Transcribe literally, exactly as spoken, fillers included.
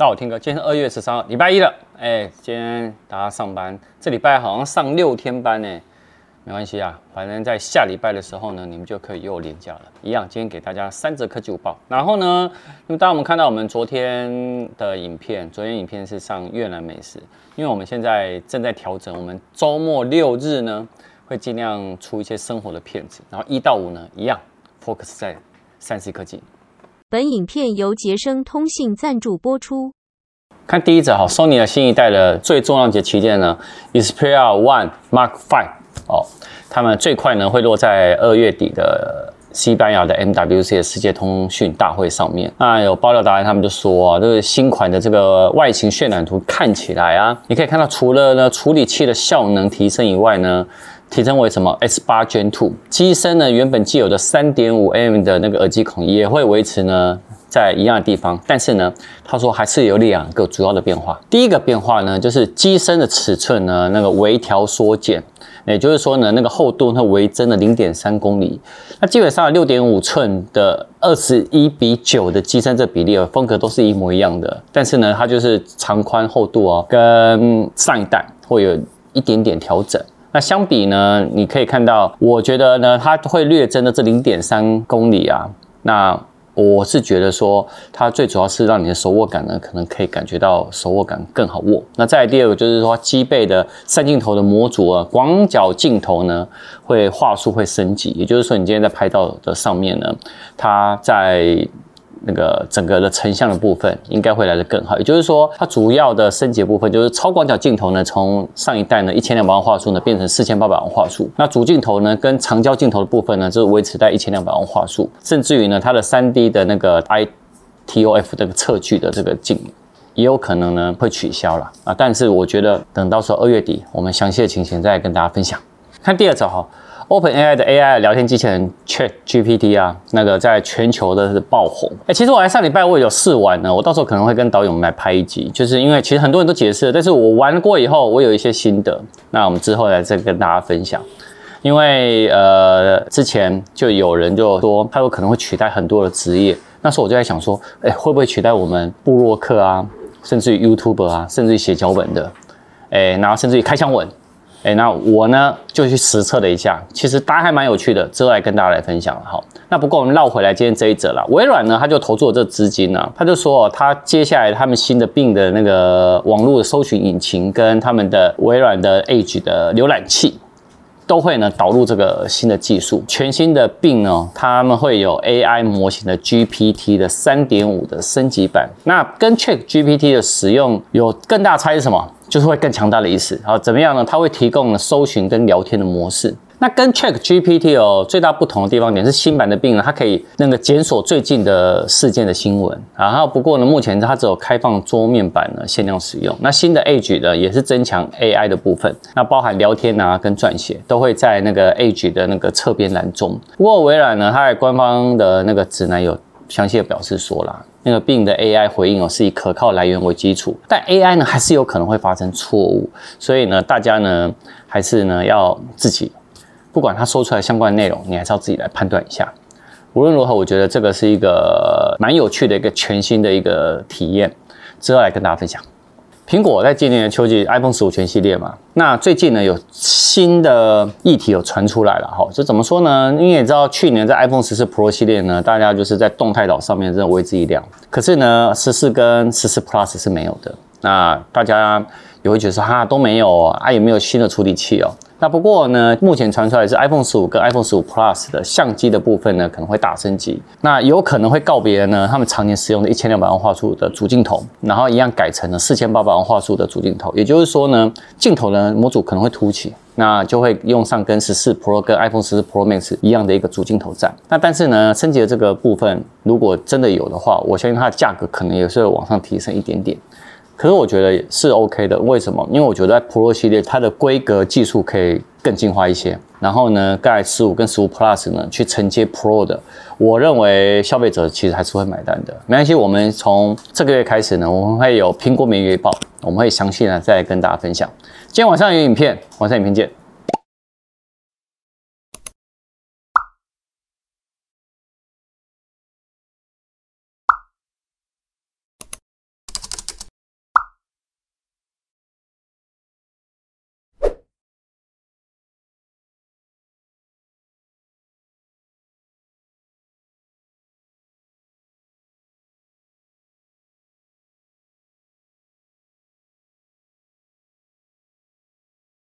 大家好，听哥，今天是二月十三号，礼拜一了。哎，今天大家上班，这礼拜好像上六天班呢，没关系啊，反正在下礼拜的时候呢，你们就可以又连假了。一样，今天给大家三则科技午报。然后呢，因为大家我们看到我们昨天的影片，昨天影片是上越南美食，因为我们现在正在调整，我们周末六日呢会尽量出一些生活的片子，然后一到五呢一样 focus 在三 C 科技。 本影片由杰生通信赞助播出。 看第一则哈 ，Sony 的新一代的最重要的旗舰呢 ，Xperia One Mark 五哦，他们最快呢会落在二月底的西班牙的 M W C 的世界通讯大会上面。那有爆料达人他们就说啊，这个新款的这个外形渲染图看起来啊，你可以看到除了呢处理器的效能提升以外呢，提升为什么 S 八 Gen 二， 机身呢原本既有的 三点五 mm 的那个耳机孔也会维持呢在一样的地方，但是呢，他说还是有两个主要的变化。第一个变化呢，就是机身的尺寸呢那个微调缩减，也就是说呢，那个厚度它微增了 零点三公厘。那基本上 六点五寸的二十一比九的机身这比例风格都是一模一样的，但是呢，它就是长宽厚度哦，跟上一代会有一点点调整。那相比呢，你可以看到，我觉得呢，它会略增的这 零点三公里啊，那我是觉得说，它最主要是让你的手握感呢，可能可以感觉到手握感更好握。那再来第二个就是说，机背的三镜头的模组啊，广角镜头呢，会画素会升级，也就是说，你今天在拍照的上面呢，它在那个整个的成像的部分应该会来得更好，也就是说，它主要的升级的部分就是超广角镜头呢，从上一代呢一千两百万画素呢变成四千八百万画素。那主镜头呢跟长焦镜头的部分呢，就是维持在一千两百万画素，甚至于呢它的 三 D 的那个 I T O F 这个测距的这个镜也有可能呢会取消了啊。但是我觉得等到时候二月底，我们详细的情形再来跟大家分享。看第二则哈。OpenAI 的 A I 聊天机器人 ChatGPT 啊，那个在全球的是爆红。哎，其实我来上礼拜我也有试玩呢，我到时候可能会跟导演们来拍一集，就是因为其实很多人都解释了，但是我玩过以后，我有一些心得，那我们之后来再跟大家分享。因为呃，之前就有人就说它有可能会取代很多的职业，那时候我就在想说，哎，会不会取代我们部落客啊，甚至于 YouTuber 啊，甚至于写脚本的，哎，然后甚至于开箱文。哎，那我呢就去实测了一下，其实答案还蛮有趣的，之后来跟大家来分享了。好，那不过我们绕回来今天这一则啦，微软呢他就投注了这资金啊，他就说他接下来他们新的 Bing 的那个网络的搜寻引擎跟他们的微软的 Edge 的浏览器。都会呢导入这个新的技术，全新的 Bing 呢，他们会有 A I 模型的 G P T 的 三点五 的升级版。那跟 ChatGPT 的使用有更大差异是什么？就是会更强大的意思。好，怎么样呢？它会提供搜寻跟聊天的模式。那跟 ChatGPT 哦最大不同的地方点是新版的 Bing 呢，它可以那个检索最近的事件的新闻。然后不过呢，目前它只有开放桌面版呢限量使用。那新的 Edge 呢也是增强 A I 的部分，那包含聊天啊跟撰写都会在那个 Edge 的那个侧边栏中。不过微软呢，它在官方的那个指南有详细的表示说啦，那个 Bing 的 A I 回应哦是以可靠来源为基础，但 A I 呢还是有可能会发生错误，所以呢大家呢还是呢要自己。不管他说出来相关的内容，你还是要自己来判断一下。无论如何，我觉得这个是一个蛮有趣的一个全新的一个体验，之后来跟大家分享。苹果在今年的秋季 iPhone 十五全系列嘛，那最近呢有新的议题有传出来了哈，这怎么说呢？因为也知道去年在 iPhone 十四 Pro 系列呢，大家就是在动态岛上面真的为之一亮，可是呢十四跟十四 Plus 是没有的。那大家也会觉得说哈都没有啊，也没有新的处理器哦。那不过呢，目前传出来是 iPhone 十五跟 iPhone 十五 Plus 的相机的部分呢，可能会大升级。那有可能会告别呢，他们常年使用的一千两百万画素的主镜头，然后一样改成了四千八百万画素的主镜头。也就是说呢，镜头的模组可能会凸起，那就会用上跟十四 Pro 跟 iPhone 十四 Pro Max 一样的一个主镜头站。那但是呢，升级的这个部分如果真的有的话，我相信它的价格可能也是会往上提升一点点。可是我觉得是 OK 的，为什么？因为我觉得在 Pro 系列它的规格技术可以更进化一些，然后呢，在十五跟十五 Plus 呢去承接 Pro 的，我认为消费者其实还是会买单的。没关系，我们从这个月开始呢，我们会有苹果每月报，我们会详细的再来跟大家分享。今天晚上有影片，晚上影片见。